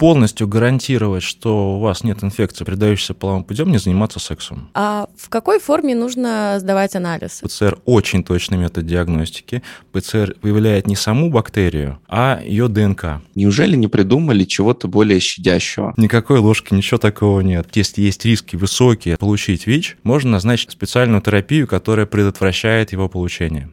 полностью гарантировать, что у вас нет инфекции, передающейся половым путем, не заниматься сексом. А в какой форме нужно сдавать анализ? ПЦР очень точный метод диагностики. ПЦР выявляет не саму бактерию, а ее ДНК. Неужели не придумали чего-то более щадящего? Никакой ложки, ничего такого нет. Если есть риски высокие получить ВИЧ, можно назначить специальную терапию, которая предотвращает его получение.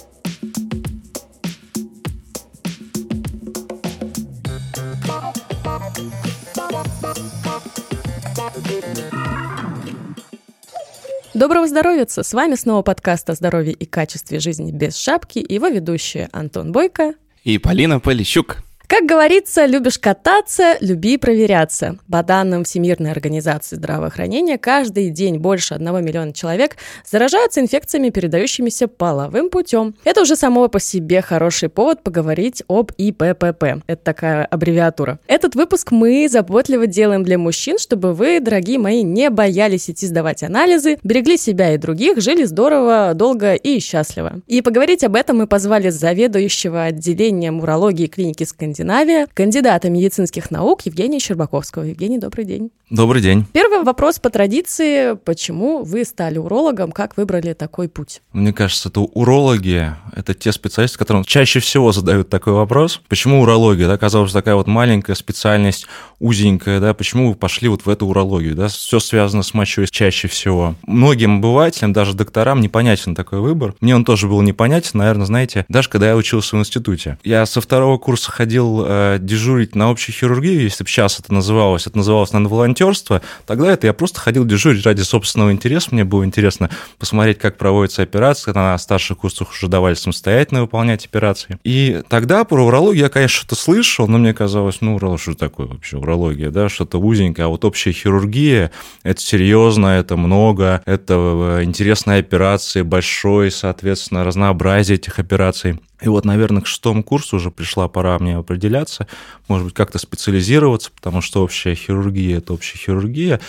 Доброго здоровья! С вами снова подкаст о здоровье и качестве жизни без шапки, и его ведущие Антон Бойко и Полина Полищук. Как говорится, любишь кататься, люби проверяться. По данным Всемирной организации здравоохранения, каждый день больше 1 миллиона человек заражаются инфекциями, передающимися половым путем. Это уже само по себе хороший повод поговорить об ИППП. Это такая аббревиатура. Этот выпуск мы заботливо делаем для мужчин, чтобы вы, дорогие мои, не боялись идти сдавать анализы, берегли себя и других, жили здорово, долго и счастливо. И поговорить об этом мы позвали заведующего отделением урологии клиники Скандинавия, кандидата медицинских наук Евгения Щербаковского. Евгений, добрый день. Добрый день. Первый вопрос по традиции. Почему вы стали урологом? Как выбрали такой путь? Мне кажется, это урологи, это те специалисты, которым чаще всего задают такой вопрос. Почему урология? Да, казалось, такая вот маленькая специальность, узенькая, да, почему вы пошли вот в эту урологию? Да? Все связано с мочой чаще всего. Многим обывателям, даже докторам, непонятен такой выбор. Мне он тоже был непонятен, наверное, знаете, даже когда я учился в институте. Я со 2-го курса ходил дежурить на общую хирургию, если бы сейчас это называлось, наверное, волонтерство. Тогда это я просто ходил дежурить ради собственного интереса. Мне было интересно посмотреть, как проводятся операции. На старших курсах уже давали самостоятельно выполнять операции. И тогда про урологию я, конечно, что-то слышал, но мне казалось, урология, что такое вообще урология, да, что-то узенькое. А вот общая хирургия, это серьезно, это много, это интересные операции, большое, соответственно, разнообразие этих операций. И вот, наверное, к 6-му курсу уже пришла пора мне определяться, может быть, как-то специализироваться, потому что общая хирургия – это общая хирургия,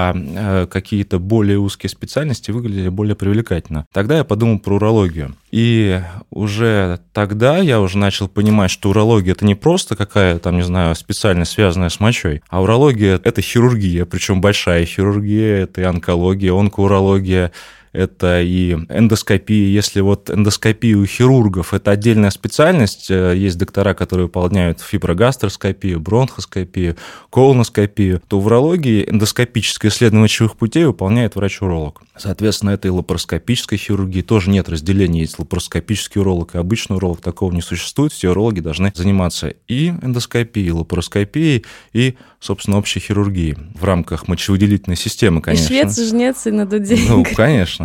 а какие-то более узкие специальности выглядели более привлекательно. Тогда я подумал про урологию. И уже тогда я уже начал понимать, что урология – это не просто какая-то, не знаю, специальность, связанная с мочой, а урология – это хирургия, причем большая хирургия, это и онкология, онкоурология, это и эндоскопия. Если вот эндоскопия у хирургов – это отдельная специальность, есть доктора, которые выполняют фиброгастроскопию, бронхоскопию, колоноскопию, то в урологии эндоскопическое исследование мочевых путей выполняет врач-уролог. Соответственно, это и лапароскопической хирургии, тоже нет разделения, есть лапароскопический уролог и обычный уролог, такого не существует, все урологи должны заниматься и эндоскопией, и лапароскопией, и, собственно, общей хирургией в рамках мочевыделительной системы, конечно. И швец, жнец, и надуденька. Ну, конечно.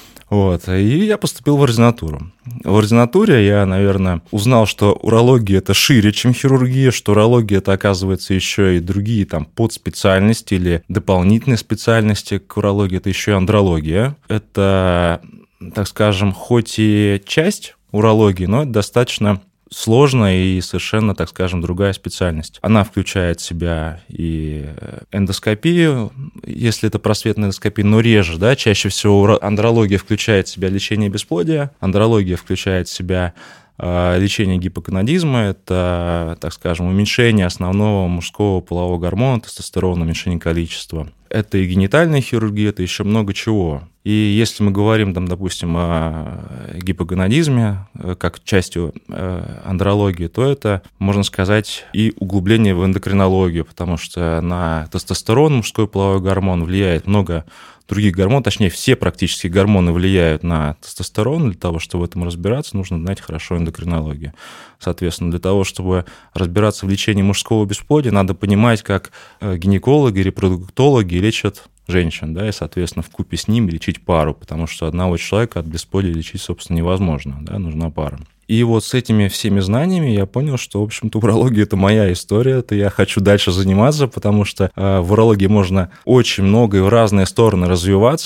Вот. И я поступил в ординатуру. В ординатуре я, наверное, узнал, что урология – это шире, чем хирургия, что урология – это, оказывается, еще и другие там подспециальности или дополнительные специальности к урологии. Это еще и андрология. Это, так скажем, хоть и часть урологии, но это достаточно сложная и совершенно, так скажем, другая специальность. Она включает в себя и эндоскопию, если это просветная эндоскопия, но реже, да, чаще всего андрология включает в себя лечение бесплодия, андрология включает в себя лечение гипоgonadisma, это, так скажем, уменьшение основного мужского полового гормона, тестостерона, уменьшение количества. Это и генитальная хирургия, это еще много чего. И если мы говорим, там, допустим, о гипоgonadisme как частью андрологии, то это, можно сказать, и углубление в эндокринологию, потому что на тестостерон, мужской половой гормон, влияет много других гормонов, точнее, все практически гормоны влияют на тестостерон. Для того, чтобы в этом разбираться, нужно знать хорошо эндокринологию. Соответственно, для того, чтобы разбираться в лечении мужского бесплодия, надо понимать, как гинекологи, репродуктологи лечат женщин, да, и, соответственно, вкупе с ними лечить пару, потому что одного человека от бесплодия лечить, собственно, невозможно, да, нужна пара. И вот с этими всеми знаниями я понял, что, в общем-то, урология – это моя история, это я хочу дальше заниматься, потому что в урологии можно очень много и в разные стороны развиваться,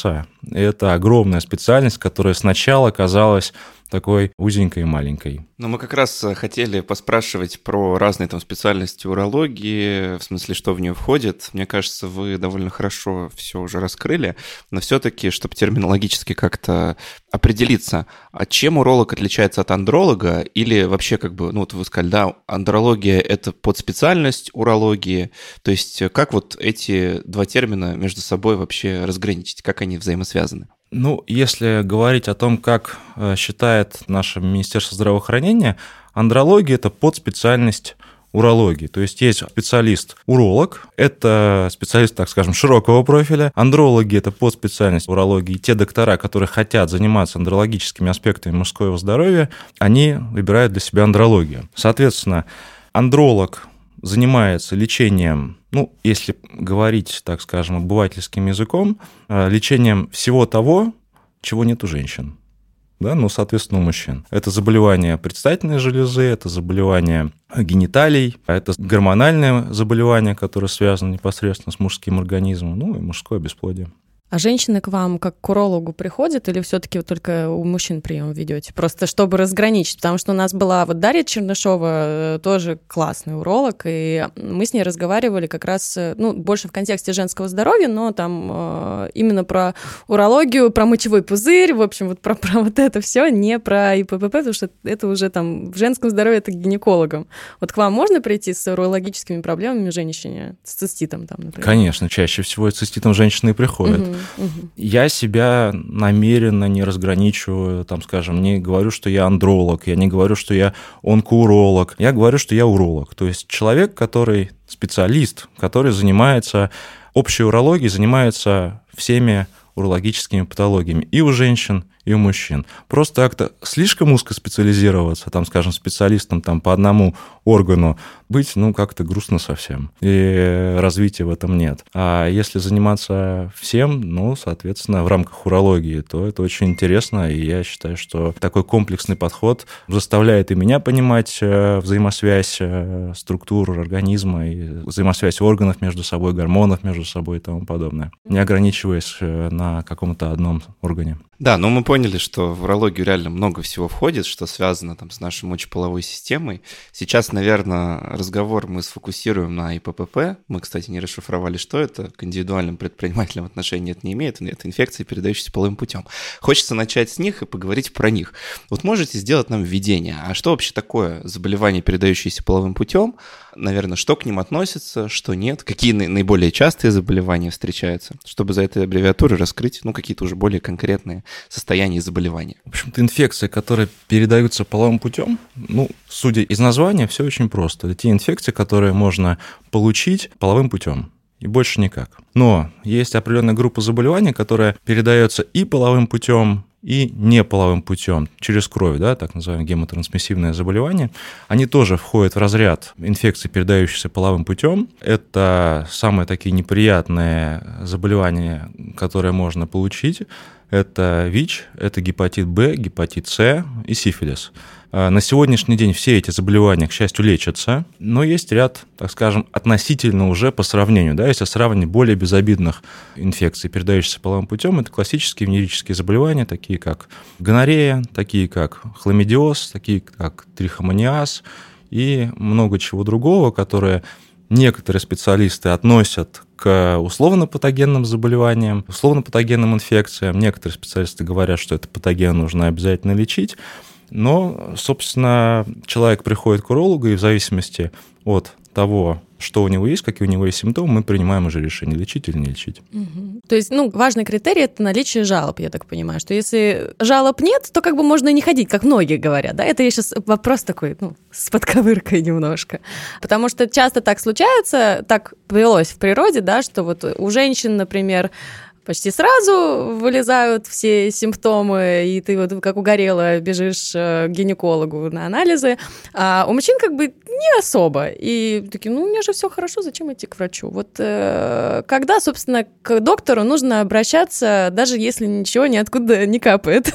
Это огромная специальность, которая сначала казалась такой узенькой и маленькой. Но мы как раз хотели поспрашивать про разные там специальности урологии, в смысле, что в нее входит. Мне кажется, вы довольно хорошо все уже раскрыли, но все-таки, чтобы терминологически как-то определиться, а чем уролог отличается от андролога, или вообще вот вы сказали, да, андрология – это подспециальность урологии, то есть как вот эти два термина между собой вообще разграничить, как они взаимосвязаны? Если говорить о том, как считает наше Министерство здравоохранения, андрология – это подспециальность урологии. То есть есть специалист-уролог, это специалист, так скажем, широкого профиля. Андрологи – это подспециальность урологии. Те доктора, которые хотят заниматься андрологическими аспектами мужского здоровья, они выбирают для себя андрологию. Соответственно, андролог занимается лечением, если говорить, так скажем, обывательским языком, лечением всего того, чего нет у женщин, да, соответственно, у мужчин. Это заболевания предстательной железы, это заболевания гениталий, это гормональные заболевания, которые связаны непосредственно с мужским организмом, и мужское бесплодие. А женщины к вам как к урологу приходят или все-таки вы только у мужчин прием ведете? Просто чтобы разграничить, потому что у нас была Дарья Чернышова, тоже классный уролог, и мы с ней разговаривали как раз, больше в контексте женского здоровья, но там именно про урологию, про мочевой пузырь, в общем, про вот это все, не про ИПП, потому что это уже там в женском здоровье это к гинекологам. Вот к вам можно прийти с урологическими проблемами женщине, с циститом там, например? Конечно, чаще всего с циститом женщины и приходят. Я себя намеренно не разграничиваю, не говорю, что я андролог, я не говорю, что я онкоуролог, я говорю, что я уролог. То есть человек, который специалист, который занимается общей урологией, занимается всеми урологическими патологиями и у женщин, и у мужчин. Просто как-то слишком узко специализироваться, специалистом по одному органу, быть, как-то грустно совсем. И развития в этом нет. А если заниматься всем, соответственно, в рамках урологии, то это очень интересно, и я считаю, что такой комплексный подход заставляет и меня понимать взаимосвязь структур организма, и взаимосвязь органов между собой, гормонов между собой и тому подобное, не ограничиваясь на каком-то одном органе. Да, мы поняли, что в урологию реально много всего входит, что связано с нашей мочеполовой системой. Сейчас, наверное, разговор мы сфокусируем на ИПП. Мы, кстати, не расшифровали, что это. К индивидуальным предпринимателям отношения это не имеет. Это инфекции, передающиеся половым путем. Хочется начать с них и поговорить про них. Вот можете сделать нам введение. А что вообще такое заболевание, передающееся половым путем? Наверное, что к ним относится, что нет? Какие наиболее частые заболевания встречаются? Чтобы за этой аббревиатурой раскрыть, какие-то уже более конкретные состояния заболевания. В общем-то, инфекции, которые передаются половым путем, судя из названия, все очень просто. Это те инфекции, которые можно получить половым путем, и больше никак. Но есть определенная группа заболеваний, которая передается и половым путем, и неполовым путем, через кровь, так называемое гемотрансмиссивное заболевание, они тоже входят в разряд инфекций, передающихся половым путем. Это самые такие неприятные заболевания, которые можно получить. Это ВИЧ, это гепатит Б, гепатит С и сифилис. На сегодняшний день все эти заболевания, к счастью, лечатся, но есть ряд, относительно уже по сравнению, если сравнивать более безобидных инфекций, передающихся половым путем, это классические венерические заболевания, такие как гонорея, такие как хламидиоз, такие как трихомониаз и много чего другого, которые некоторые специалисты относят к условно-патогенным заболеваниям, условно-патогенным инфекциям. Некоторые специалисты говорят, что это патоген нужно обязательно лечить. Но, собственно, человек приходит к урологу, и в зависимости от того, что у него есть, какие у него есть симптомы, мы принимаем уже решение, лечить или не лечить. Угу. То есть, важный критерий – это наличие жалоб, я так понимаю, что если жалоб нет, то можно и не ходить, как многие говорят, да? Это сейчас вопрос такой, с подковыркой немножко. Потому что часто так случается, так повелось в природе, да, что у женщин, например, почти сразу вылезают все симптомы, и ты как угорелая бежишь к гинекологу на анализы, а у мужчин не особо. И такие, у меня же все хорошо, зачем идти к врачу? Когда, собственно, к доктору нужно обращаться, даже если ничего ниоткуда не капает?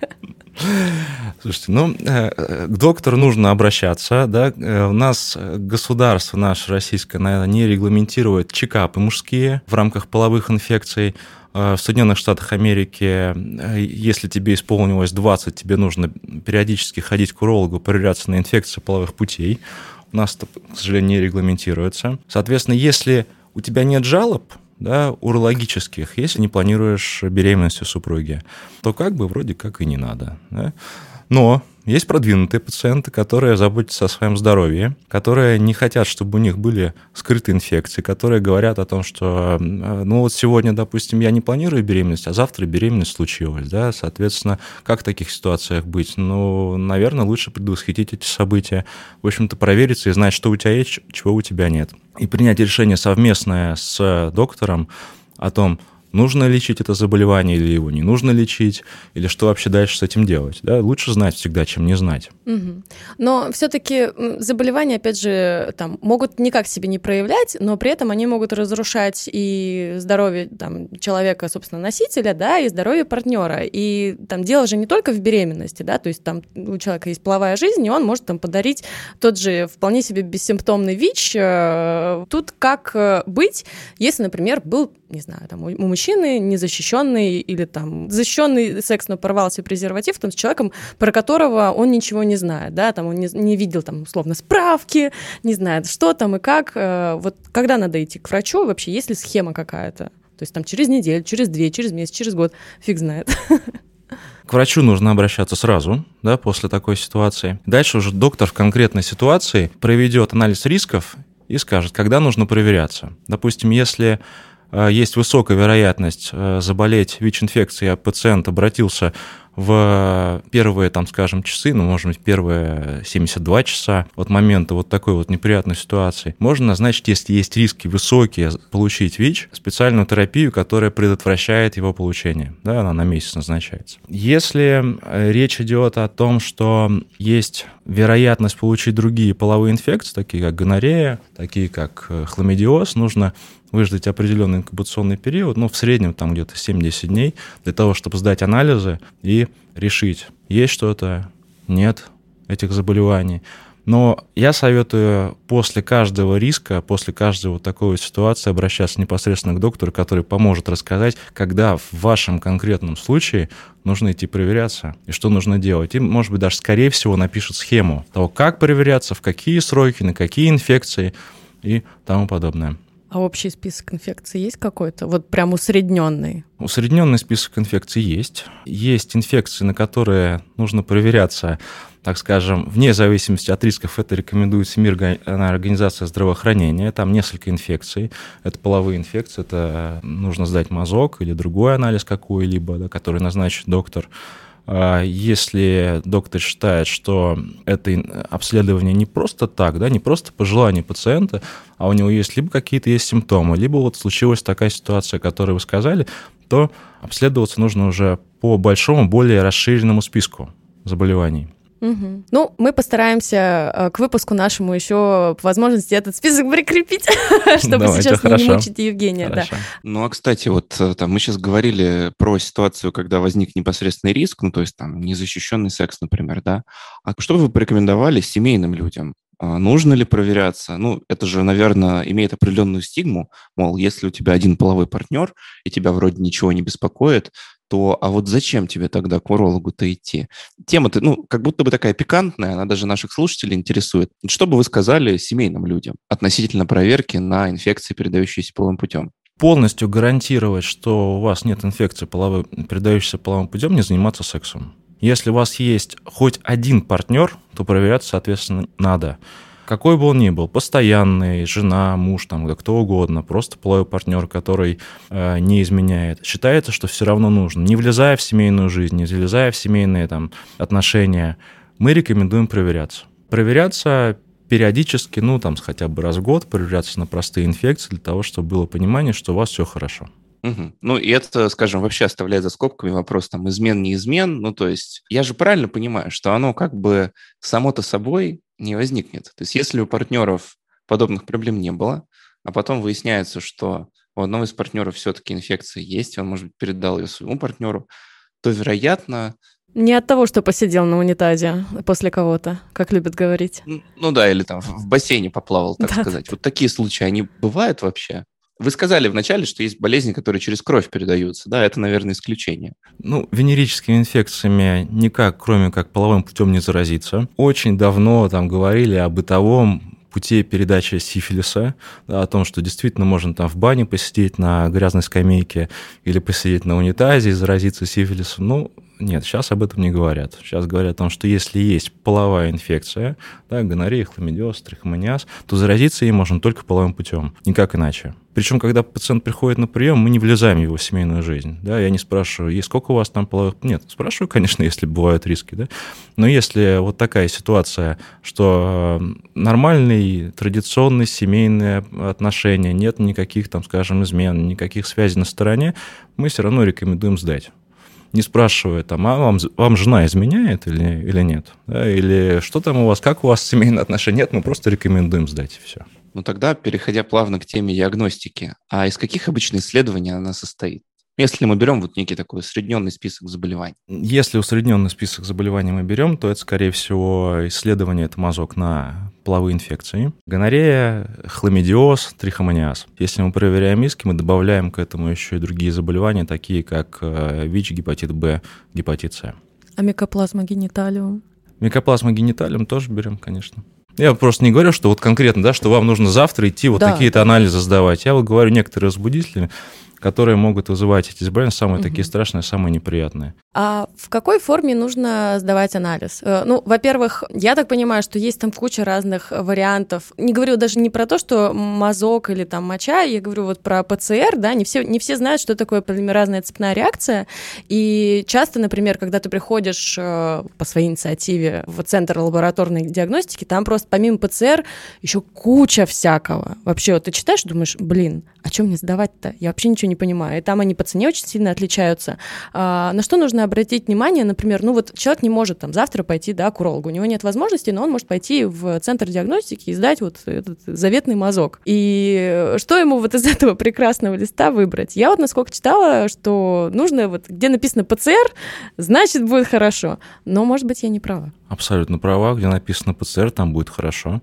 Слушайте, к доктору нужно обращаться, да, у нас государство наше российское, наверное, не регламентирует чекапы мужские в рамках половых инфекций, в Соединенных Штатах Америки, если тебе исполнилось 20, тебе нужно периодически ходить к урологу, проверяться на инфекции половых путей. У нас это, к сожалению, не регламентируется. Соответственно, если у тебя нет жалоб, да, урологических, если не планируешь беременность у супруги, то как бы вроде как и не надо. Да? Но есть продвинутые пациенты, которые заботятся о своем здоровье, которые не хотят, чтобы у них были скрытые инфекции, которые говорят о том, что, ну вот сегодня, допустим, я не планирую беременность, а завтра беременность случилась, да, соответственно, как в таких ситуациях быть? Ну, наверное, лучше предвосхитить эти события, в общем-то, провериться и знать, что у тебя есть, чего у тебя нет. И принять решение совместное с доктором о том, нужно лечить это заболевание или его не нужно лечить, или что вообще дальше с этим делать. Да? Лучше знать всегда, чем не знать. Угу. Но все-таки заболевания, опять же, там, могут никак себе не проявлять, но при этом они могут разрушать и здоровье там, человека, собственно, носителя, да, и здоровье партнера. И там дело же не только в беременности, да, то есть там у человека есть половая жизнь, и он может там подарить тот же вполне себе бессимптомный ВИЧ. Тут как быть, если, например, был, не знаю, там, у мужчины незащищенный или там защищенный секс, но порвался презерватив там, с человеком, про которого он ничего не знает, да, там он не видел там условно справки, не знает, что там и как. Вот когда надо идти к врачу, вообще есть ли схема какая-то? То есть там через неделю, через 2, через месяц, через год, фиг знает. К врачу нужно обращаться сразу, да, после такой ситуации. Дальше уже доктор в конкретной ситуации проведет анализ рисков и скажет, когда нужно проверяться. Допустим, если есть высокая вероятность заболеть ВИЧ-инфекцией, а пациент обратился в первые, там, скажем, часы, ну, может быть, первые 72 часа от момента вот такой вот неприятной ситуации, можно назначить, если есть риски высокие, получить ВИЧ, специальную терапию, которая предотвращает его получение. Да, она на месяц назначается. Если речь идет о том, что есть вероятность получить другие половые инфекции, такие как гонорея, такие как хламидиоз, нужно выждать определенный инкубационный период, ну, в среднем там где-то 7-10 дней, для того, чтобы сдать анализы и решить, есть что-то, нет этих заболеваний. Но я советую после каждого риска, после каждой вот такой вот ситуации обращаться непосредственно к доктору, который поможет рассказать, когда в вашем конкретном случае нужно идти проверяться и что нужно делать. И, может быть, даже, скорее всего, напишет схему того, как проверяться, в какие сроки, на какие инфекции и тому подобное. А общий список инфекций есть какой-то? Вот прям усредненный? Усредненный список инфекций есть. Есть инфекции, на которые нужно проверяться, так скажем, вне зависимости от рисков. Это рекомендует Всемирная организация здравоохранения. Там несколько инфекций. Это половые инфекции, это нужно сдать мазок или другой анализ какой-либо, да, который назначит доктор. Если доктор считает, что это обследование не просто так, да, не просто по желанию пациента, а у него есть либо какие-то есть симптомы, либо вот случилась такая ситуация, которую вы сказали, то обследоваться нужно уже по большому, более расширенному списку заболеваний. Угу. Ну, мы постараемся к выпуску нашему еще по возможности этот список прикрепить, чтобы сейчас не мучить Евгения. Да. Ну, а, кстати, вот там мы сейчас говорили про ситуацию, когда возник непосредственный риск, ну, то есть там незащищенный секс, например, да. А что бы вы порекомендовали семейным людям? Нужно ли проверяться? Ну, это же, наверное, имеет определенную стигму, мол, если у тебя один половой партнер, и тебя вроде ничего не беспокоит, то а вот зачем тебе тогда к урологу-то идти? Тема-то, ну, как будто бы такая пикантная, она даже наших слушателей интересует. Что бы вы сказали семейным людям относительно проверки на инфекции, передающиеся половым путем? Полностью гарантировать, что у вас нет инфекции, передающейся половым путем, не заниматься сексом. Если у вас есть хоть один партнер, то проверяться, соответственно, надо. Какой бы он ни был, постоянный, жена, муж, там, кто угодно, просто половой партнер, который не изменяет, считается, что все равно нужно. Не влезая в семейную жизнь, не влезая в семейные там, отношения, мы рекомендуем проверяться. Проверяться периодически, ну, там, хотя бы раз в год, проверяться на простые инфекции для того, чтобы было понимание, что у вас все хорошо. Угу. Ну, и это, скажем, вообще оставляет за скобками вопрос, там, измен, не измен. Ну, то есть я же правильно понимаю, что оно как бы само-то собой не возникнет. То есть если у партнеров подобных проблем не было, а потом выясняется, что у одного из партнеров все-таки инфекция есть, он, может быть, передал ее своему партнеру, то, вероятно... Не от того, что посидел на унитазе после кого-то, как любят говорить. Ну да, или там в бассейне поплавал, так сказать. Вот такие случаи, они бывают вообще? Вы сказали вначале, что есть болезни, которые через кровь передаются. Да, это, наверное, исключение. Венерическими инфекциями никак, кроме как половым путем, не заразиться. Очень давно там говорили о бытовом пути передачи сифилиса, да, о том, что действительно можно там в бане посидеть на грязной скамейке или посидеть на унитазе и заразиться сифилисом. Нет, сейчас об этом не говорят. Сейчас говорят о том, что если есть половая инфекция, да, гонорея, хламидиоз, трихомониаз, то заразиться ей можно только половым путем, никак иначе. Причем, когда пациент приходит на прием, мы не влезаем в его семейную жизнь. Да, я не спрашиваю, сколько у вас там половых... Нет, спрашиваю, конечно, если бывают риски, да. Но если вот такая ситуация, что нормальные, традиционные семейные отношения, нет никаких, там, скажем, измен, никаких связей на стороне, мы все равно рекомендуем сдать. Не спрашивая, вам жена изменяет или нет? Да, или что там у вас, как у вас семейные отношения? Нет, мы просто рекомендуем сдать, и все. Тогда, переходя плавно к теме диагностики, а из каких обычно исследований она состоит? Если мы берем некий такой усредненный список заболеваний. Если усредненный список заболеваний мы берем, то это, скорее всего, исследование, это мазок на половые инфекции. Гонорея, хламидиоз, трихомониаз. Если мы проверяем риски, мы добавляем к этому еще и другие заболевания, такие как ВИЧ, гепатит Б, гепатит С. А микоплазма гениталиум? Микоплазма гениталиум тоже берем, конечно. Я просто не говорю, что конкретно, да, что вам нужно завтра идти такие-то анализы сдавать. Я говорю некоторые возбудители, которые могут вызывать эти заболевания, самые такие страшные, самые неприятные. А в какой форме нужно сдавать анализ? Во-первых, я так понимаю, что есть там куча разных вариантов. Не говорю даже не про то, что мазок или там моча, я говорю про ПЦР, да, не все знают, что такое полимеразная цепная реакция, и часто, например, когда ты приходишь по своей инициативе в центр лабораторной диагностики, там просто помимо ПЦР еще куча всякого. Вообще, ты читаешь и думаешь, а что мне сдавать-то? Я вообще ничего не понимаю. И там они по цене очень сильно отличаются. На что нужно обратить внимание? Например, человек не может завтра пойти, к урологу. У него нет возможности, но он может пойти в центр диагностики и сдать этот заветный мазок. И что ему из этого прекрасного листа выбрать? Я насколько читала, что нужно, где написано ПЦР, значит, будет хорошо. Но, может быть, я не права. Абсолютно права. Где написано ПЦР, там будет хорошо.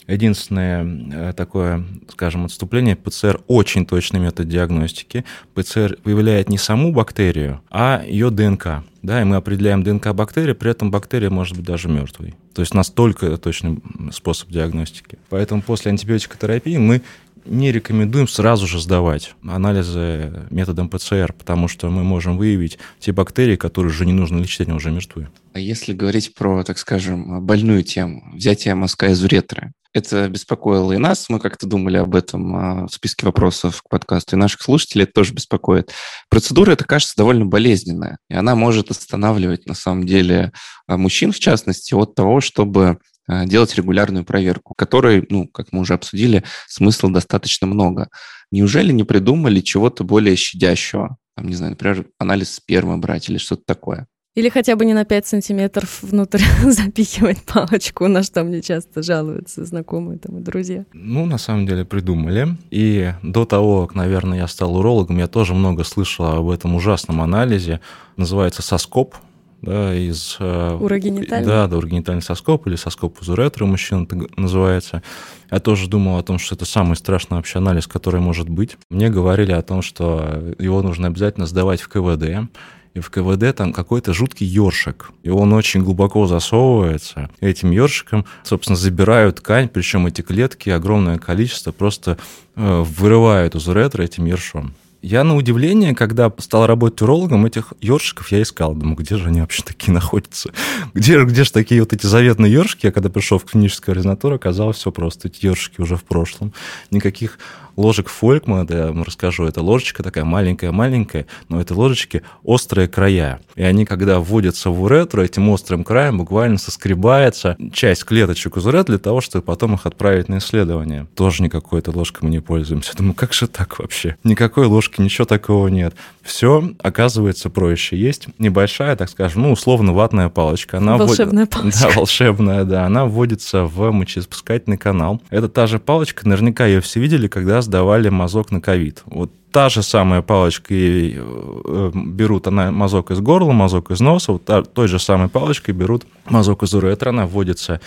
Единственное такое, скажем, отступление, ПЦР очень точный метод диагностики. ПЦР выявляет не саму бактерию, а ее ДНК. Да, и мы определяем ДНК бактерии, при этом бактерия может быть даже мертвой. То есть настолько точный способ диагностики. Поэтому после антибиотикотерапии мы не рекомендуем сразу же сдавать анализы методом ПЦР, потому что мы можем выявить те бактерии, которые уже не нужно лечить, они уже мертвы. А если говорить про, так скажем, больную тему, взятие мазка из уретры, это беспокоило и нас, мы как-то думали об этом в списке вопросов к подкасту, и наших слушателей это тоже беспокоит. Процедура эта, кажется, довольно болезненная, и она может останавливать, на самом деле, мужчин, в частности, от того, чтобы делать регулярную проверку, которой, как мы уже обсудили, смысла достаточно много. Неужели не придумали чего-то более щадящего? Например, анализ спермы брать или что-то такое? Или хотя бы не на 5 сантиметров внутрь запихивать палочку, на что мне часто жалуются знакомые и друзья. На самом деле придумали. И до того, как, наверное, я стал урологом, я тоже много слышал об этом ужасном анализе. Называется соскоп. Да, урогенитальный? Да, урогенитальный соскоп или соскоп из уретры у мужчин это называется. Я тоже думал о том, что это самый страшный вообще анализ, который может быть. Мне говорили о том, что его нужно обязательно сдавать в КВД. И в КВД там какой-то жуткий ёршик. И он очень глубоко засовывается. Этим ёршиком, собственно, забирают ткань, причем эти клетки, огромное количество, просто вырывают из уретры этим ёршом. Я, на удивление, когда стал работать урологом, этих ёршиков я искал. Думаю, где же они вообще такие находятся? Где же такие эти заветные ёршики? Я когда пришел в клиническую ординатуру, оказалось все просто. Эти ёршики уже в прошлом. Никаких ложек Фолькмана, я вам расскажу, это ложечка такая маленькая-маленькая, но это ложечки острые края. И они, когда вводятся в уретру, этим острым краем буквально соскребается часть клеточек из уретры для того, чтобы потом их отправить на исследование. Тоже никакой этой ложкой мы не пользуемся. Думаю, как же так вообще? Никакой ложки, ничего такого нет. Все оказывается проще. Есть небольшая, так скажем, условно ватная палочка. Волшебная палочка. Да, волшебная, да. Она вводится в мочеиспускательный канал. Это та же палочка, наверняка ее все видели, когда сдавали мазок на ковид. Вот та же самая палочка, и берут мазок из горла, мазок из носа, той же самой палочкой берут мазок из уретры, она вводится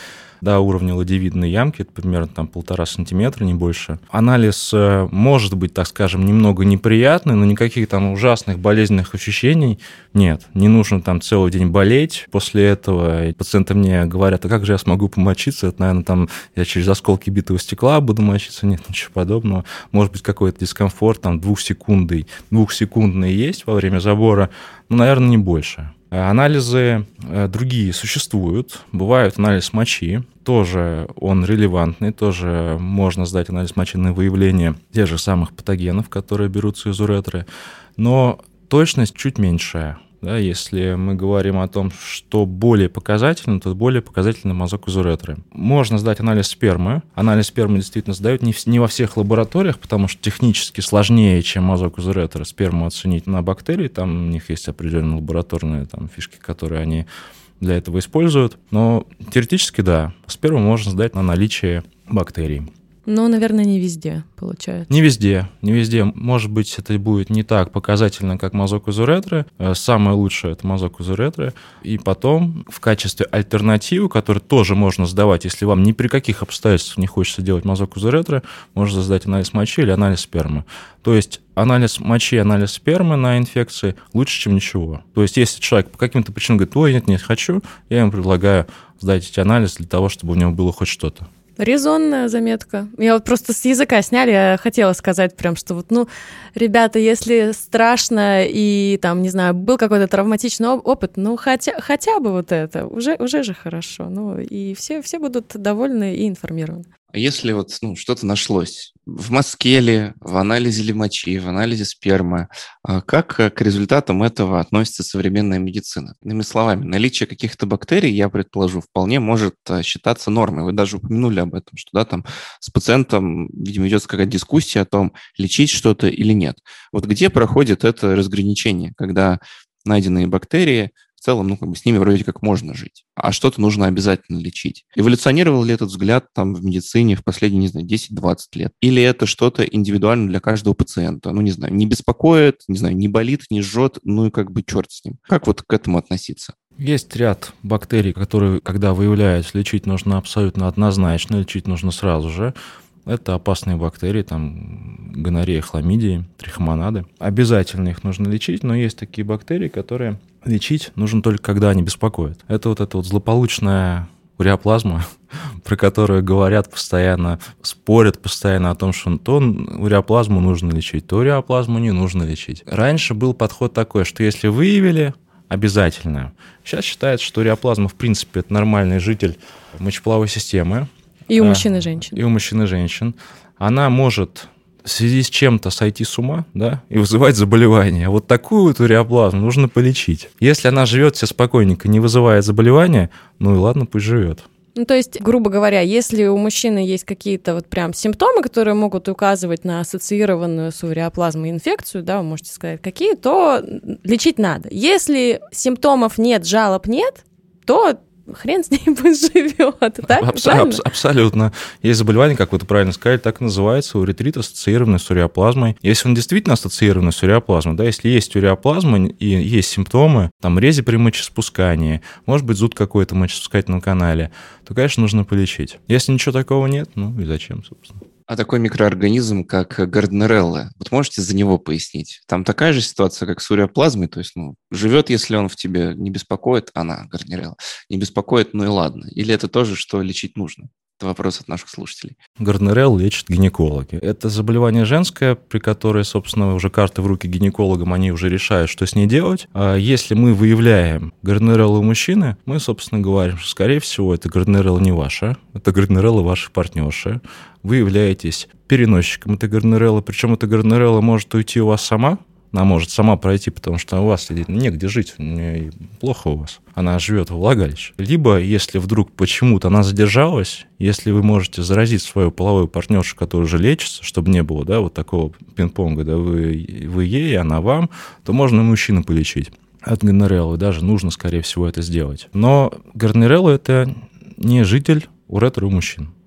до уровня ладевидной ямки, это примерно там 1,5 сантиметра, не больше. Анализ может быть, так скажем, немного неприятный, но никаких там ужасных болезненных ощущений нет. Не нужно там целый день болеть. После этого пациенты мне говорят, а как же я смогу помочиться? Это, наверное, там я через осколки битого стекла буду мочиться. Нет, ничего подобного. Может быть, какой-то дискомфорт, там, двухсекундный есть во время забора, но, наверное, не больше. Анализы другие существуют. Бывает анализ мочи, тоже он релевантный, тоже можно сдать анализ мочи на выявление тех же самых патогенов, которые берутся из уретры, но точность чуть меньшая. Да, если мы говорим о том, что более показательно, то более показательный мазок из уретры. Можно сдать анализ спермы. Анализ спермы действительно сдают не во всех лабораториях, потому что технически сложнее, чем мазок из уретры, сперму оценить на бактерии. Там у них есть определенные лабораторные там фишки, которые они для этого используют. Но теоретически, да, сперму можно сдать на наличие бактерий. Но, наверное, не везде получается. Не везде. Может быть, это будет не так показательно, как мазок из уретры. Самое лучшее – это мазок из уретры. И потом в качестве альтернативы, которую тоже можно сдавать, если вам ни при каких обстоятельствах не хочется делать мазок из уретры, можно сдать анализ мочи или анализ спермы. То есть анализ мочи, анализ спермы на инфекции лучше, чем ничего. То есть если человек по каким-то причинам говорит, ой, нет, не хочу, я ему предлагаю сдать эти анализы для того, чтобы у него было хоть что-то. Резонная заметка. Я вот просто с языка сняли, я хотела сказать прям, что вот, ребята, если страшно и там, не знаю, был какой-то травматичный опыт, хотя бы вот это, уже же хорошо. И все будут довольны и информированы. А если вот что-то нашлось в мазке ли, в анализе ли мочи, в анализе спермы, как к результатам этого относится современная медицина? Иными словами, наличие каких-то бактерий, я предположу, вполне может считаться нормой. Вы даже упомянули об этом, что там с пациентом, видимо, идет какая-то дискуссия о том, лечить что-то или нет. Вот где проходит это разграничение, когда найденные бактерии в целом, с ними вроде как можно жить, а что-то нужно обязательно лечить. Эволюционировал ли этот взгляд в медицине в последние, 10-20 лет? Или это что-то индивидуально для каждого пациента? Не беспокоит, не болит, не жжет, черт с ним. Как вот к этому относиться? Есть ряд бактерий, которые, когда выявляются, лечить нужно абсолютно однозначно, лечить нужно сразу же. Это опасные бактерии, гонорея, хламидии, трихомонады. Обязательно их нужно лечить, но есть такие бактерии, которые лечить нужно только когда они беспокоят. Это вот злополучная уреоплазма, про которую говорят постоянно, спорят постоянно о том, что то уреоплазму нужно лечить, то уреоплазму не нужно лечить. Раньше был подход такой, что если выявили, обязательно. Сейчас считается, что уреоплазма, в принципе, это нормальный житель мочеполовой системы. И у мужчин и женщин. И у мужчин и женщин. Она может в связи с чем-то сойти с ума, да, и вызывать заболевание. Вот такую вот уреоплазму нужно полечить. Если она живет себе спокойненько, не вызывает заболевания, и ладно, пусть живет. То есть, грубо говоря, если у мужчины есть какие-то вот прям симптомы, которые могут указывать на ассоциированную с уреоплазмой инфекцию, да, вы можете сказать, какие, то лечить надо. Если симптомов нет, жалоб нет, то хрен с ней пусть живет, так? Абсолютно. Есть заболевание, как вы это правильно сказали, так и называется, уретрит, ассоциированный с уреоплазмой. Если он действительно ассоциированный с уреоплазмой, да, если есть уреоплазма и есть симптомы, рези при мочеспускании, может быть, зуд какой-то в мочеспускательном канале, то, конечно, нужно полечить. Если ничего такого нет, и зачем, собственно? А такой микроорганизм, как гарднерелла, вот можете за него пояснить? Там такая же ситуация, как с уреоплазмой, то есть, живет, если он в тебе не беспокоит, она, гарднерелла, не беспокоит, и ладно. Или это тоже, что лечить нужно? Это вопрос от наших слушателей. Гарднереллу лечат гинекологи. Это заболевание женское, при которой, собственно, уже карты в руки гинекологам, они уже решают, что с ней делать. А если мы выявляем гарднереллу у мужчины, мы, собственно, говорим, что, скорее всего, это гарднерелла не ваша, это гарднерелла вашей партнерши. Вы являетесь переносчиком этой гарднереллы, причем эта гарднерелла может уйти у вас сама, она может сама пройти, потому что у вас негде жить, плохо у вас. Она живет во влагалище. Либо, если вдруг почему-то она задержалась, если вы можете заразить свою половую партнершу, которая уже лечится, чтобы не было, да, вот такого пинг-понга, да, вы ей, она вам, то можно и мужчину полечить от гонореллы. Даже нужно, скорее всего, это сделать. Но гонорелла – это не житель уретры у мужчин.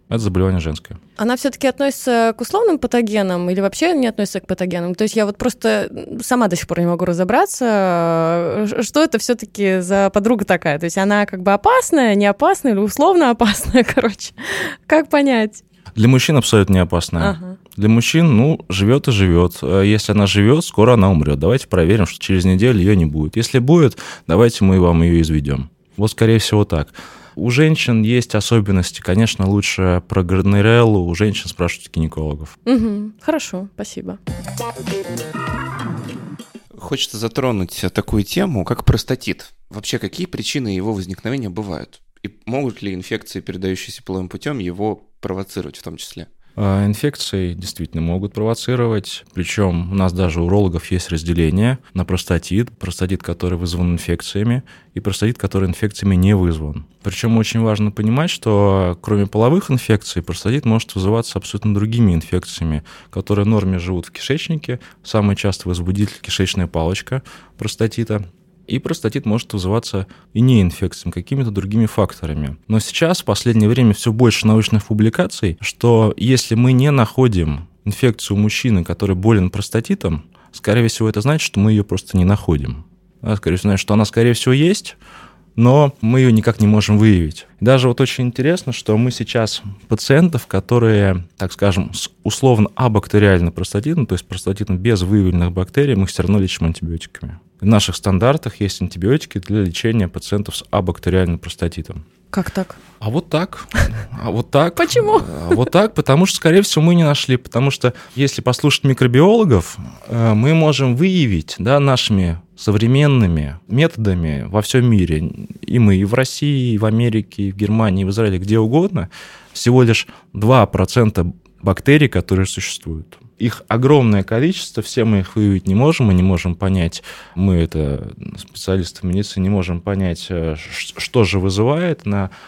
Это заболевание женское. Она все-таки относится к условным патогенам или вообще не относится к патогенам? То есть я вот просто сама до сих пор не могу разобраться, что это все-таки за подруга такая. То есть она как бы опасная, не опасная или условно опасная, короче. Как понять? Для мужчин абсолютно не опасная. Ага. Для мужчин, живет и живет. Если она живет, скоро она умрет. Давайте проверим, что через неделю ее не будет. Если будет, давайте мы вам ее изведем. Вот, скорее всего, так. У женщин есть особенности. Конечно, лучше про гонорею у женщин спрашивать гинекологов. Угу. Хорошо, спасибо. Хочется затронуть такую тему, как простатит. Вообще, какие причины его возникновения бывают? И могут ли инфекции, передающиеся половым путем, его провоцировать в том числе? Инфекции действительно могут провоцировать, причем у нас даже у урологов есть разделение на простатит, который вызван инфекциями, и простатит, который инфекциями не вызван. Причем очень важно понимать, что кроме половых инфекций, простатит может вызываться абсолютно другими инфекциями, которые в норме живут в кишечнике, самый частый возбудитель кишечная палочка простатита. И простатит может вызываться и не инфекциями, какими-то другими факторами. Но сейчас в последнее время все больше научных публикаций, что если мы не находим инфекцию у мужчины, который болен простатитом, скорее всего, это значит, что мы ее просто не находим. Скорее всего, значит, что она, скорее всего, есть, но мы ее никак не можем выявить. Даже вот очень интересно, что мы сейчас пациентов, которые, так скажем, с условно абактериальным простатитом, то есть простатитом без выявленных бактерий, мы их все равно лечим антибиотиками. В наших стандартах есть антибиотики для лечения пациентов с абактериальным простатитом. Как так? А вот так. Почему? А вот так, потому что, скорее всего, мы не нашли. Потому что, если послушать микробиологов, мы можем выявить, нашими современными методами во всем мире, и мы и в России, и в Америке, и в Германии, и в Израиле, где угодно, всего лишь 2% бактерий, которые существуют. Их огромное количество, все мы их выявить не можем, мы не можем понять, мы это специалисты медицины не можем понять, что же вызывает,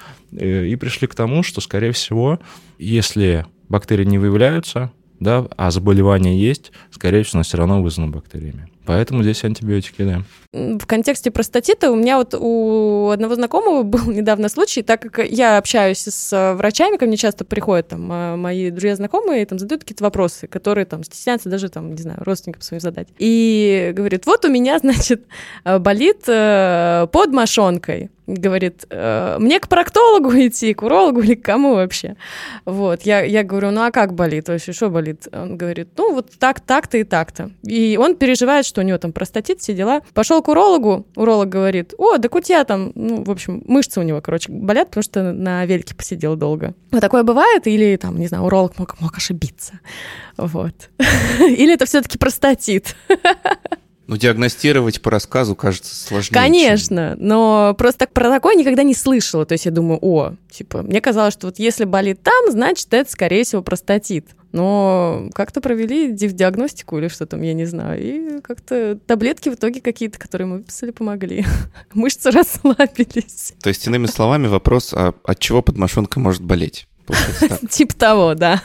и пришли к тому, что, скорее всего, если бактерии не выявляются, а заболевание есть, скорее всего, оно все равно вызвано бактериями. Поэтому здесь антибиотики, да. В контексте простатита у меня вот у одного знакомого был недавно случай, так как я общаюсь с врачами, ко мне часто приходят там мои друзья-знакомые, там задают какие-то вопросы, которые там стесняются даже там, не знаю, родственникам своим задать. И говорит, вот у меня, значит, болит под мошонкой. Говорит, мне к проктологу идти, к урологу или к кому вообще? Вот, я говорю, а как болит? Вообще, что болит? Он говорит, вот так-то и так-то. И он переживает, что у него там простатит, все дела. Пошел к урологу, уролог говорит, так у тебя там, в общем, мышцы у него, болят, потому что на велике посидел долго. Вот такое бывает? Или там, не знаю, уролог мог ошибиться? Вот. Или это все-таки простатит? Диагностировать по рассказу кажется сложнее. Конечно, но просто про такое никогда не слышала. То есть я думаю, мне казалось, что вот если болит там, значит, это, скорее всего, простатит. Но как-то провели диагностику или что там, я не знаю, и как-то таблетки в итоге какие-то, которые мы выписали, помогли. Мышцы расслабились. То есть, иными словами, вопрос, от чего подмошонка может болеть? Типа того, да.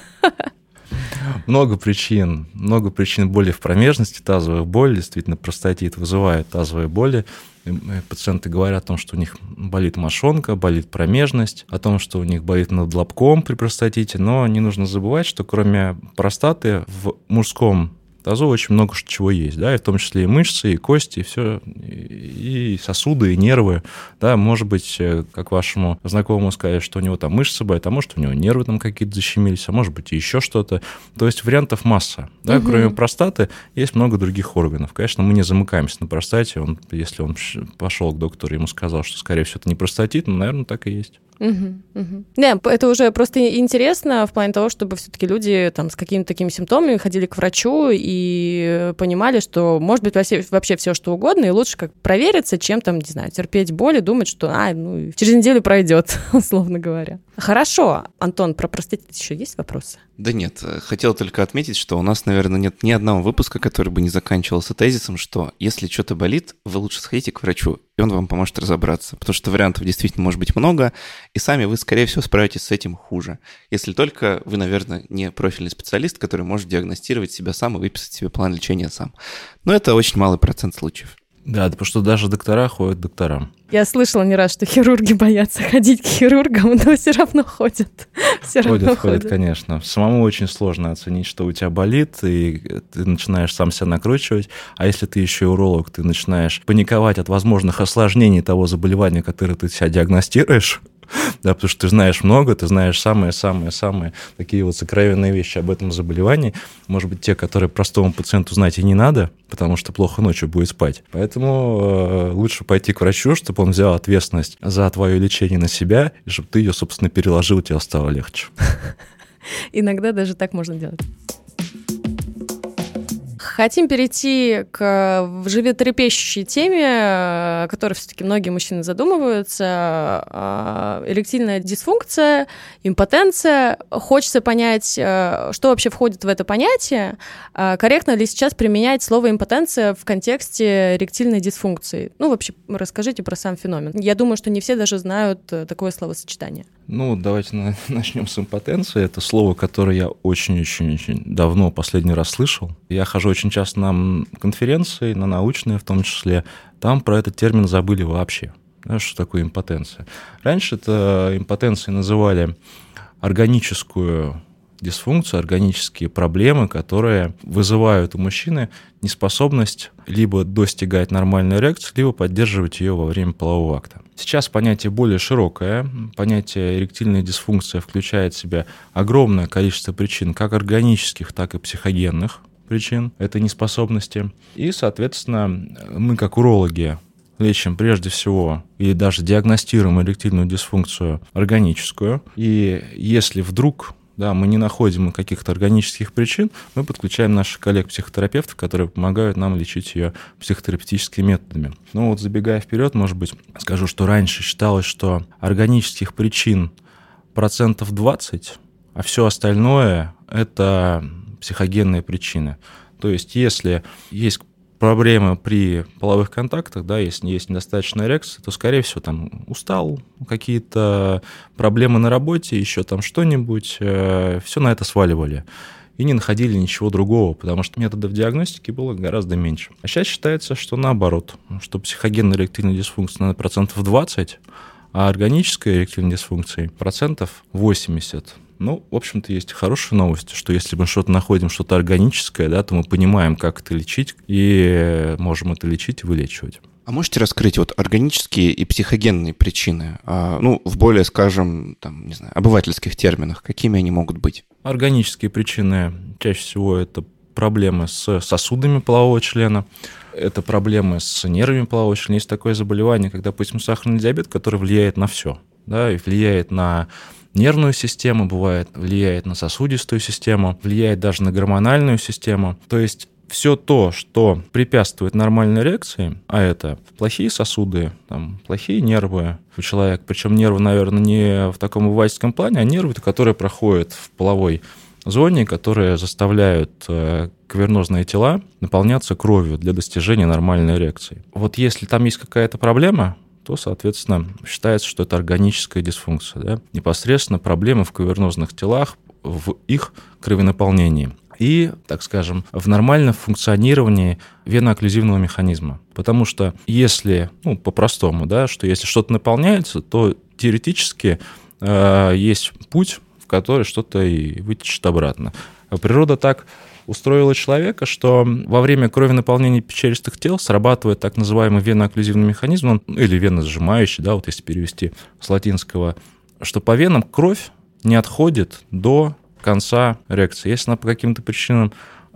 Много причин боли в промежности, тазовых болей. Действительно, простатит вызывает тазовые боли. Пациенты говорят о том, что у них болит мошонка, болит промежность, о том, что у них болит над лобком при простатите. Но не нужно забывать, что кроме простаты в мужском тазу очень много чего есть, и в том числе и мышцы, и кости, и все, и сосуды, и нервы, может быть, как вашему знакомому сказать, что у него там мышцы болят, а может, у него нервы там какие-то защемились, а может быть, и еще что-то, то есть вариантов масса, кроме простаты есть много других органов, конечно, мы не замыкаемся на простате, если он пошел к доктору, ему сказал, что, скорее всего, это не простатит, наверное, так и есть. Да, это уже просто интересно в плане того, чтобы все-таки люди там с какими-то такими симптомами ходили к врачу и понимали, что может быть вообще все что угодно, и лучше как провериться, чем там, не знаю, терпеть боль и думать, что через неделю пройдет, условно говоря. Хорошо. Антон, про простатит еще есть вопросы? Да нет, хотел только отметить, что у нас, наверное, нет ни одного выпуска, который бы не заканчивался тезисом, что если что-то болит, вы лучше сходите к врачу, и он вам поможет разобраться, потому что вариантов действительно может быть много, и сами вы, скорее всего, справитесь с этим хуже. Если только вы, наверное, не профильный специалист, который может диагностировать себя сам и выписать себе план лечения сам. Но это очень малый процент случаев. Да, потому что даже доктора ходят к докторам. Я слышала не раз, что хирурги боятся ходить к хирургам, но все равно ходят. Ходят, конечно. Самому очень сложно оценить, что у тебя болит, и ты начинаешь сам себя накручивать. А если ты еще и уролог, ты начинаешь паниковать от возможных осложнений того заболевания, которое ты себя диагностируешь. Да, потому что ты знаешь много, ты знаешь самые-самые-самые такие вот сокровенные вещи об этом заболевании. Может быть, те, которые простому пациенту знать и не надо, потому что плохо ночью будет спать. Поэтому лучше пойти к врачу, чтобы он взял ответственность за твое лечение на себя, и чтобы ты ее, собственно, переложил, тебе стало легче. Иногда даже так можно делать. Хотим перейти к животрепещущей теме, о которой все-таки многие мужчины задумываются. Эректильная дисфункция, импотенция. Хочется понять, что вообще входит в это понятие. Корректно ли сейчас применять слово импотенция в контексте эректильной дисфункции? Ну, вообще, расскажите про сам феномен. Я думаю, что не все даже знают такое словосочетание. Ну, давайте начнем с импотенции. Это слово, которое я очень-очень-очень давно последний раз слышал. Я хожу очень часто на конференции, на научные в том числе. Там про этот термин забыли вообще. Знаешь, что такое импотенция? Раньше это импотенцией называли органическую дисфункцию, органические проблемы, которые вызывают у мужчины неспособность либо достигать нормальной эрекции, либо поддерживать ее во время полового акта. Сейчас понятие более широкое. Понятие эректильная дисфункция включает в себя огромное количество причин, как органических, так и психогенных причин этой неспособности. И, соответственно, мы, как урологи, лечим прежде всего или даже диагностируем эректильную дисфункцию органическую. И если вдруг мы не находим каких-то органических причин, мы подключаем наших коллег-психотерапевтов, которые помогают нам лечить ее психотерапевтическими методами. Ну вот, забегая вперед, может быть, скажу, что раньше считалось, что органических причин 20%, а все остальное – это психогенные причины. То есть, если есть проблемы при половых контактах, если есть недостаточная эрекция, то, скорее всего, там устал, какие-то проблемы на работе, еще там что-нибудь, все на это сваливали. И не находили ничего другого, потому что методов диагностики было гораздо меньше. А сейчас считается, что наоборот, что психогенная эректильная дисфункция на 20%, а органическая эректильная дисфункция 80%. Ну, в общем-то, есть хорошие новости, что если мы что-то находим, что-то органическое, то мы понимаем, как это лечить, и можем это лечить и вылечивать. А можете раскрыть вот органические и психогенные причины, в более, скажем, обывательских терминах, какими они могут быть? Органические причины чаще всего это проблемы с сосудами полового члена, это проблемы с нервами полового члена. Есть такое заболевание, как, допустим, сахарный диабет, который влияет на все, и влияет на нервную систему, бывает, влияет на сосудистую систему, влияет даже на гормональную систему. То есть все то, что препятствует нормальной эрекции, а это плохие сосуды, плохие нервы у человека, причем нервы, наверное, не в таком обывательском плане, а нервы, которые проходят в половой зоне, которые заставляют кавернозные тела наполняться кровью для достижения нормальной эрекции. Вот если там есть какая-то проблема, то, соответственно, считается, что это органическая дисфункция. Непосредственно проблемы в кавернозных телах, в их кровенаполнении и, так скажем, в нормальном функционировании венно-окклюзивного механизма. Потому что если, по-простому, что если что-то наполняется, то теоретически есть путь, в который что-то и вытечет обратно. А природа так устроила человека, что во время кровенаполнения печеристых тел срабатывает так называемый венно-окклюзивный механизм, или венно-сжимающий, если перевести с латинского, что по венам кровь не отходит до конца эрекции. Если она по каким-то причинам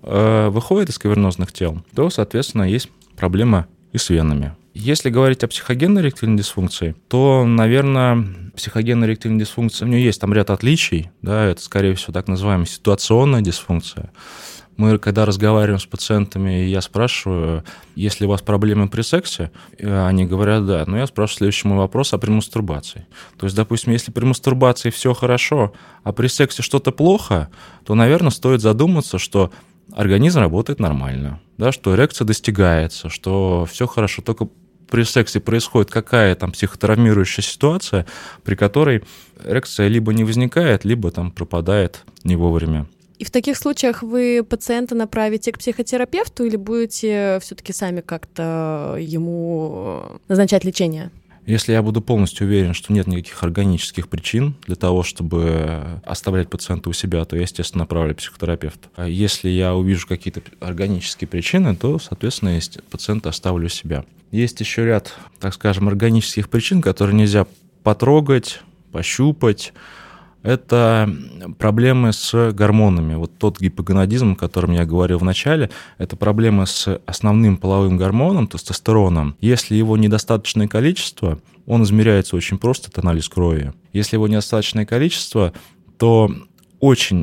выходит из кавернозных тел, то, соответственно, есть проблема и с венами. Если говорить о психогенной эректильной дисфункции, то, наверное, психогенная эректильная дисфункция, у нее есть там ряд отличий, это, скорее всего, так называемая ситуационная дисфункция. Мы, когда разговариваем с пациентами, я спрашиваю, есть ли у вас проблемы при сексе, они говорят, да. Но я спрашиваю следующий мой вопрос, при мастурбации. То есть, допустим, если при мастурбации все хорошо, а при сексе что-то плохо, то, наверное, стоит задуматься, что организм работает нормально, что эрекция достигается, что все хорошо, только при сексе происходит какая-то психотравмирующая ситуация, при которой эрекция либо не возникает, либо пропадает не вовремя. И в таких случаях вы пациента направите к психотерапевту или будете все-таки сами как-то ему назначать лечение? Если я буду полностью уверен, что нет никаких органических причин для того, чтобы оставлять пациента у себя, то я, естественно, направлю психотерапевта. А если я увижу какие-то органические причины, то, соответственно, пациента оставлю у себя. Есть еще ряд, так скажем, органических причин, которые нельзя потрогать, пощупать. Это проблемы с гормонами. Вот тот гипогонадизм, о котором я говорил в начале, это проблемы с основным половым гормоном, тестостероном. Если его недостаточное количество, он измеряется очень просто, это анализ крови. Если его недостаточное количество, то очень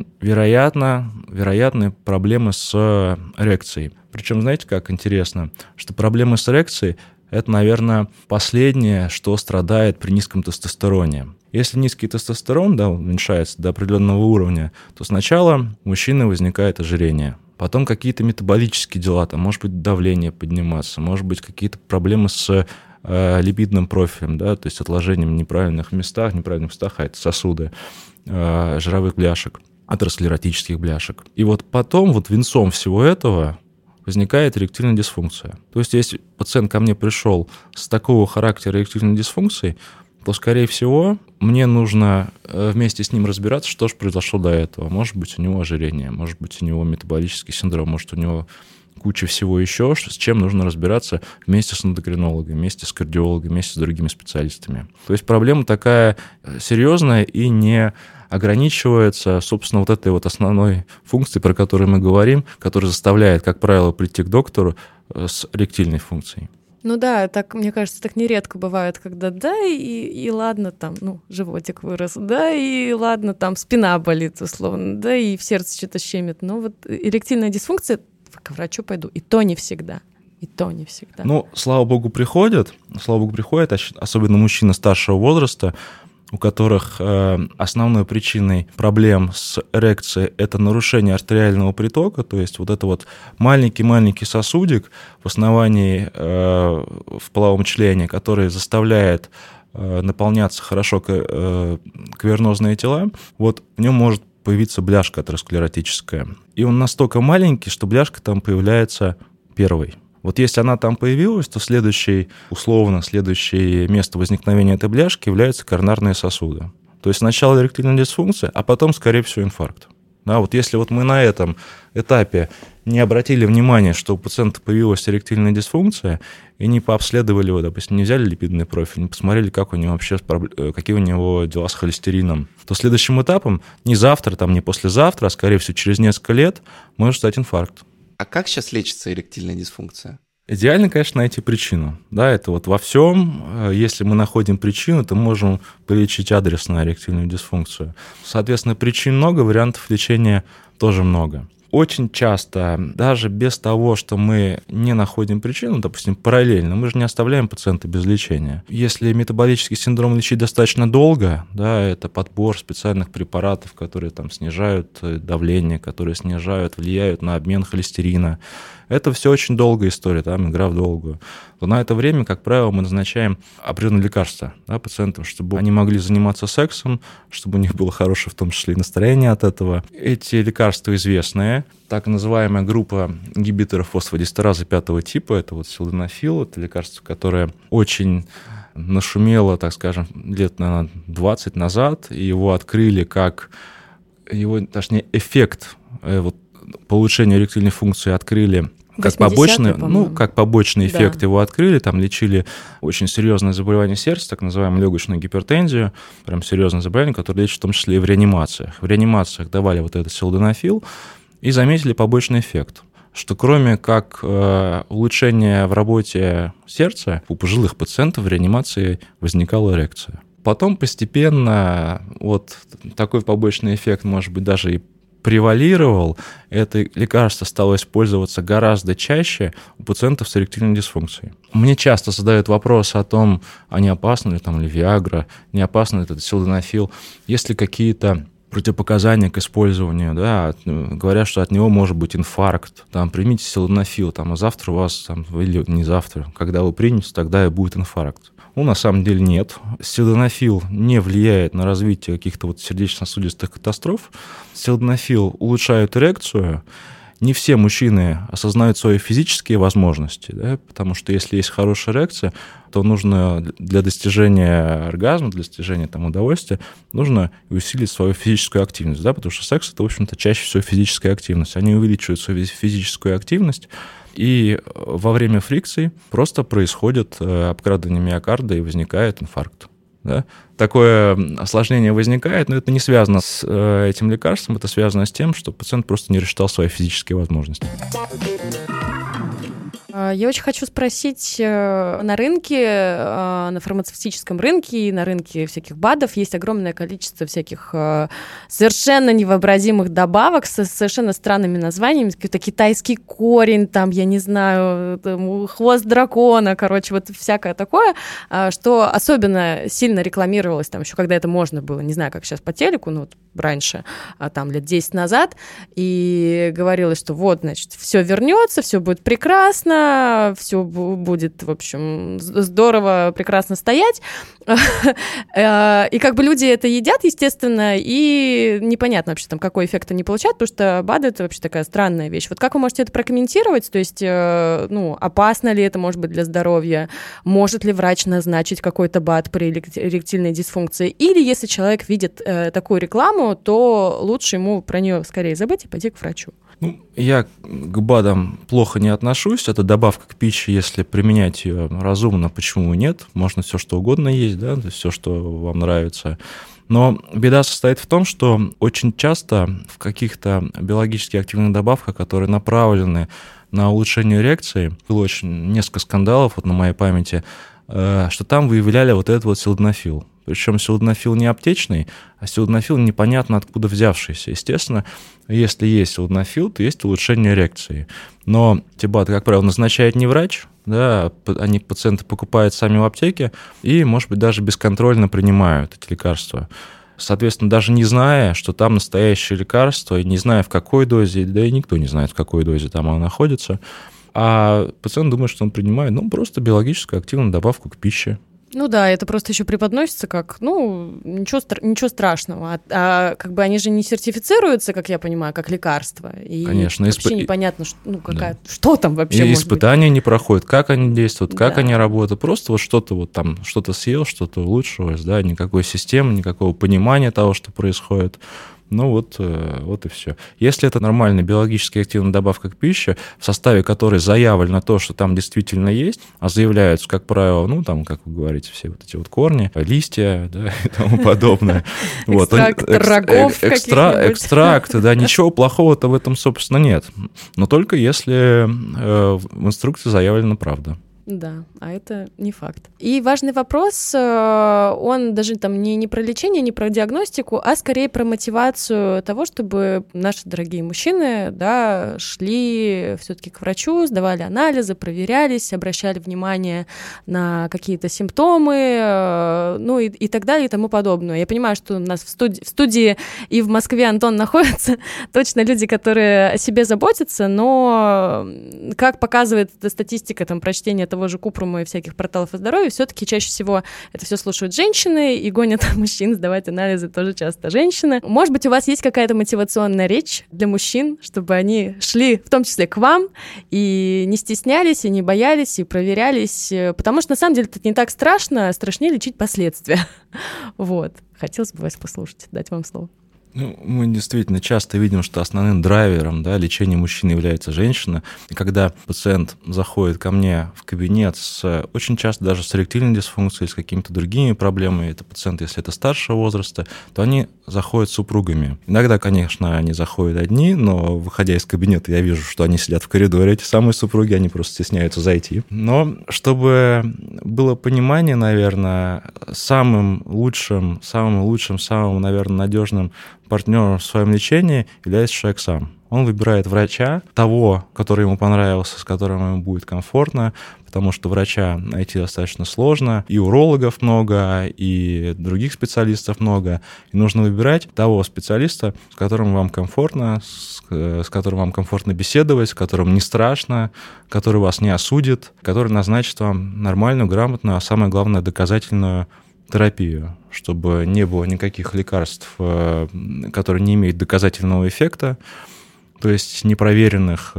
вероятны проблемы с эрекцией. Причем, знаете, как интересно, что проблемы с эрекцией – это, наверное, последнее, что страдает при низком тестостероне. Если низкий тестостерон уменьшается до определенного уровня, то сначала у мужчины возникает ожирение. Потом какие-то метаболические дела, там, может быть, давление подниматься, может быть, какие-то проблемы с липидным профилем, да, то есть отложением в неправильных местах, а это сосуды жировых бляшек, атеросклеротических бляшек. И вот потом венцом всего этого возникает эректильная дисфункция. То есть если пациент ко мне пришел с такого характера эректильной дисфункции, то, скорее всего, мне нужно вместе с ним разбираться, что же произошло до этого. Может быть, у него ожирение, может быть, у него метаболический синдром, может, у него куча всего еще, с чем нужно разбираться вместе с эндокринологом, вместе с кардиологом, вместе с другими специалистами. То есть проблема такая серьезная и не ограничивается, собственно, этой основной функцией, про которую мы говорим, которая заставляет, как правило, прийти к доктору с эректильной функцией. Ну да, так, мне кажется, так нередко бывает, когда и ладно, там, животик вырос, да, и ладно, там, спина болит, условно, да, и в сердце что-то щемит. Но эректильная дисфункция, к врачу пойду, и то не всегда. Слава богу, приходят, особенно мужчины старшего возраста, у которых основной причиной проблем с эрекцией это нарушение артериального притока, то есть это маленький маленький в основании в половом члене, который заставляет наполняться хорошо кавернозные тела, в нем может появиться бляшка атеросклеротическая. И он настолько маленький, что бляшка там появляется первой. Если она там появилась, то следующее место возникновения этой бляшки являются коронарные сосуды. То есть сначала эректильная дисфункция, а потом, скорее всего, инфаркт. Да, если мы на этом этапе не обратили внимания, что у пациента появилась эректильная дисфункция, и не пообследовали его, допустим, не взяли липидный профиль, не посмотрели, какие у него дела с холестерином, то следующим этапом не завтра, не послезавтра, а, скорее всего, через несколько лет может стать инфаркт. А как сейчас лечится эректильная дисфункция? Идеально, конечно, найти причину. Да, это во всем. Если мы находим причину, то можем полечить адресно эректильную дисфункцию. Соответственно, причин много, вариантов лечения тоже много. Очень часто, даже без того, что мы не находим причину, допустим, параллельно, мы же не оставляем пациента без лечения. Если метаболический синдром лечить достаточно долго, да, это подбор специальных препаратов, которые снижают давление, которые влияют на обмен холестерина. Это все очень долгая история, игра в долгую. То на это время, как правило, мы назначаем определенные лекарства пациентам, чтобы они могли заниматься сексом, чтобы у них было хорошее, в том числе и настроение от этого. Эти лекарства известные. Так называемая группа ингибиторов фосфодиэстеразы 5-го типа, это силденафил, это лекарство, которое очень нашумело, так скажем, лет, наверное, 20 назад, и его открыли эффект получения эректильной функции открыли как побочный эффект, его открыли, лечили очень серьезное заболевание сердца, так называемую легочную гипертензию, прям серьезное заболевание, которое лечат в том числе и в реанимациях. В реанимациях давали этот силденафил и заметили побочный эффект, что кроме как улучшения в работе сердца, у пожилых пациентов в реанимации возникала эрекция. Потом постепенно такой побочный эффект, может быть, даже и превалировал, это лекарство стало использоваться гораздо чаще у пациентов с эректильной дисфункцией. Мне часто задают вопрос о том, а не опасно ли Виагра, не опасно ли этот силденафил, есть ли какие-то противопоказания к использованию, да, говорят, что от него может быть инфаркт, примите силденафил, а завтра у вас, или не завтра, когда вы примете, тогда и будет инфаркт. Ну, на самом деле нет. Силденафил не влияет на развитие каких-то вот сердечно-сосудистых катастроф. Силденафил улучшает эрекцию. Не все мужчины осознают свои физические возможности, да, потому что если есть хорошая эрекция, то нужно для достижения оргазма, для достижения там, удовольствия, нужно усилить свою физическую активность, да, потому что секс — это, в общем-то, чаще всего физическая активность. Они увеличивают свою физическую активность, и во время фрикции просто происходит обкрадывание миокарда и возникает инфаркт. Да? Такое осложнение возникает, но это не связано с этим лекарством, это связано с тем, что пациент просто не рассчитал свои физические возможности. Я очень хочу спросить, на рынке, на фармацевтическом рынке и на рынке всяких БАДов есть огромное количество всяких совершенно невообразимых добавок с совершенно странными названиями, какой-то китайский корень, там, я не знаю, там, хвост дракона, короче, вот всякое такое, что особенно сильно рекламировалось там еще, когда это можно было, не знаю, как сейчас по телеку, но вот раньше, там, лет 10 назад, и говорилось, что вот, значит, все вернется, все будет прекрасно, все будет, в общем, здорово, прекрасно стоять. И как бы люди это едят, естественно, и непонятно вообще, там, какой эффект они получают, потому что БАДы — это вообще такая странная вещь. Вот как вы можете это прокомментировать? То есть, ну, опасно ли это может быть для здоровья? Может ли врач назначить какой-то БАД при эректильной дисфункции? Или если человек видит такую рекламу, то лучше ему про нее скорее забыть и пойти к врачу? Ну, я к БАДам плохо не отношусь. Это добавка к пище, если применять ее разумно, почему и нет. Можно все что угодно есть, да, все, что вам нравится. Но беда состоит в том, что очень часто в каких-то биологически активных добавках, которые направлены на улучшение эрекции, было очень несколько скандалов вот на моей памяти, что там выявляли вот этот вот силденафил. Причем силденафил не аптечный, а силденафил непонятно откуда взявшийся. Естественно, если есть силденафил, то есть улучшение эрекции. Но эти БАДы, как правило, назначает не врач, да, они пациенты покупают сами в аптеке и, может быть, даже бесконтрольно принимают эти лекарства. Соответственно, даже не зная, что там настоящее лекарство, и не зная, в какой дозе, да и никто не знает, в какой дозе там оно находится, а пациент думает, что он принимает, ну, просто биологическую активную добавку к пище. Ну да, это просто еще преподносится как, ну, ничего страшного. А как бы они же не сертифицируются, как я понимаю, как лекарства. И конечно, вообще непонятно, что там вообще и может испытания быть. не проходят, как они действуют, как Да. они работают. Просто вот что-то съел, что-то улучшилось, да, никакой системы, никакого понимания того, что происходит. Ну вот и все. Если это нормальная биологически активная добавка к пище, в составе которой заявлено то, что там действительно есть, а заявляются, как правило, ну там, как вы говорите, все вот эти вот корни, листья, да, и тому подобное. Экстракт рогов каких-нибудь. Экстракты, да, ничего плохого-то в этом, собственно, нет. Но только если в инструкции заявлена правда. Да, а это не факт. И важный вопрос, он даже там не про лечение, не про диагностику, а скорее про мотивацию того, чтобы наши дорогие мужчины, да, шли все-таки к врачу, сдавали анализы, проверялись, обращали внимание на какие-то симптомы, ну и так далее и тому подобное. Я понимаю, что у нас в студии и в Москве Антон находится, точно люди, которые о себе заботятся, но, как показывает статистика, там, прочтение того же Купрума и всяких порталов о здоровье, все-таки чаще всего это все слушают женщины и гонят мужчин сдавать анализы тоже часто женщины. Может быть, у вас есть какая-то мотивационная речь для мужчин, чтобы они шли в том числе к вам и не стеснялись, и не боялись, и проверялись, потому что на самом деле это не так страшно, страшнее лечить последствия. Вот. Хотелось бы вас послушать, дать вам слово. Ну, мы действительно часто видим, что основным драйвером, да, лечения мужчины является женщина. И когда пациент заходит ко мне в кабинет очень часто даже с эректильной дисфункцией, с какими-то другими проблемами, это пациенты, если это старшего возраста, то они заходят с супругами. Иногда, конечно, они заходят одни, но, выходя из кабинета, я вижу, что они сидят в коридоре, эти самые супруги, они просто стесняются зайти. Но чтобы было понимание, наверное, самым лучшим, наверное, надежным партнером в своем лечении является человек сам. Он выбирает врача, того, который ему понравился, с которым ему будет комфортно, потому что врача найти достаточно сложно, и урологов много, и других специалистов много, и нужно выбирать того специалиста, с которым вам комфортно, с которым вам комфортно беседовать, с которым не страшно, который вас не осудит, который назначит вам нормальную, грамотную, а самое главное, доказательную терапию, чтобы не было никаких лекарств, которые не имеют доказательного эффекта, то есть непроверенных,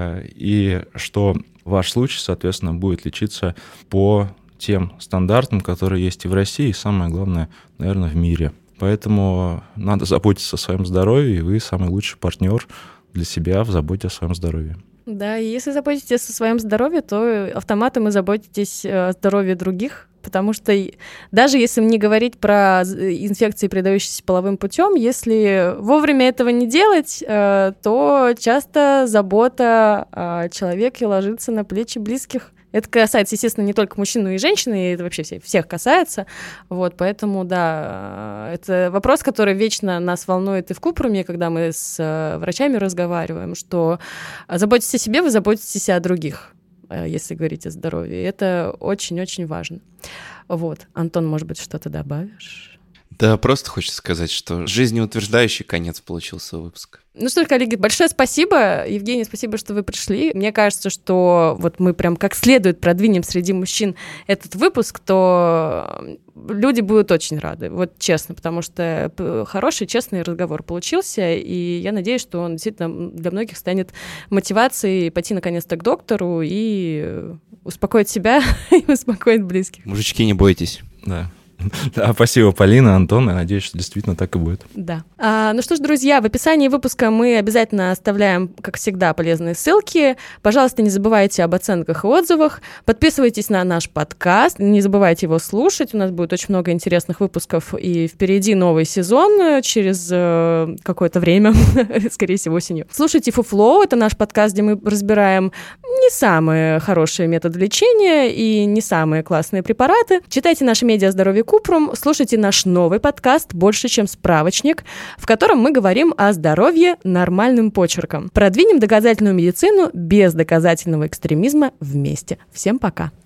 и что ваш случай, соответственно, будет лечиться по тем стандартам, которые есть и в России, и самое главное, наверное, в мире. Поэтому надо заботиться о своем здоровье, и вы самый лучший партнер для себя в заботе о своем здоровье. Да, и если заботитесь о своем здоровье, то автоматом и заботитесь о здоровье других, потому что даже если не говорить про инфекции, передающиеся половым путем, если вовремя этого не делать, то часто забота о человеке ложится на плечи близких. Это касается, естественно, не только мужчин, но и женщин, и это вообще всех касается. Вот, поэтому, да, это вопрос, который вечно нас волнует и в Купруме, когда мы с врачами разговариваем, что заботьтесь о себе, вы заботитесь о других, если говорить о здоровье. Это очень-очень важно. Вот. Антон, может быть, что-то добавишь? Да, просто хочется сказать, что жизнеутверждающий конец получился выпуск. Ну что ж, коллеги, большое спасибо. Евгений, спасибо, что вы пришли. Мне кажется, что вот мы прям как следует продвинем среди мужчин этот выпуск, то люди будут очень рады, вот честно, потому что хороший, честный разговор получился, и я надеюсь, что он действительно для многих станет мотивацией пойти наконец-то к доктору и успокоить себя и успокоить близких. Мужички, не бойтесь. Да. Да, спасибо, Полина, Антон, я надеюсь, что действительно так и будет. Да. Ну что ж, друзья, в описании выпуска мы обязательно оставляем, как всегда, полезные ссылки. Пожалуйста, не забывайте об оценках и отзывах. Подписывайтесь на наш подкаст, не забывайте его слушать. У нас будет очень много интересных выпусков, и впереди новый сезон через какое-то время, скорее всего, осенью. Слушайте Фуфло, это наш подкаст, где мы разбираем не самые хорошие методы лечения и не самые классные препараты. Читайте наши медиа «Здоровье Купрум», слушайте наш новый подкаст «Больше, чем справочник», в котором мы говорим о здоровье нормальным почерком. Продвинем доказательную медицину без доказательного экстремизма вместе. Всем пока!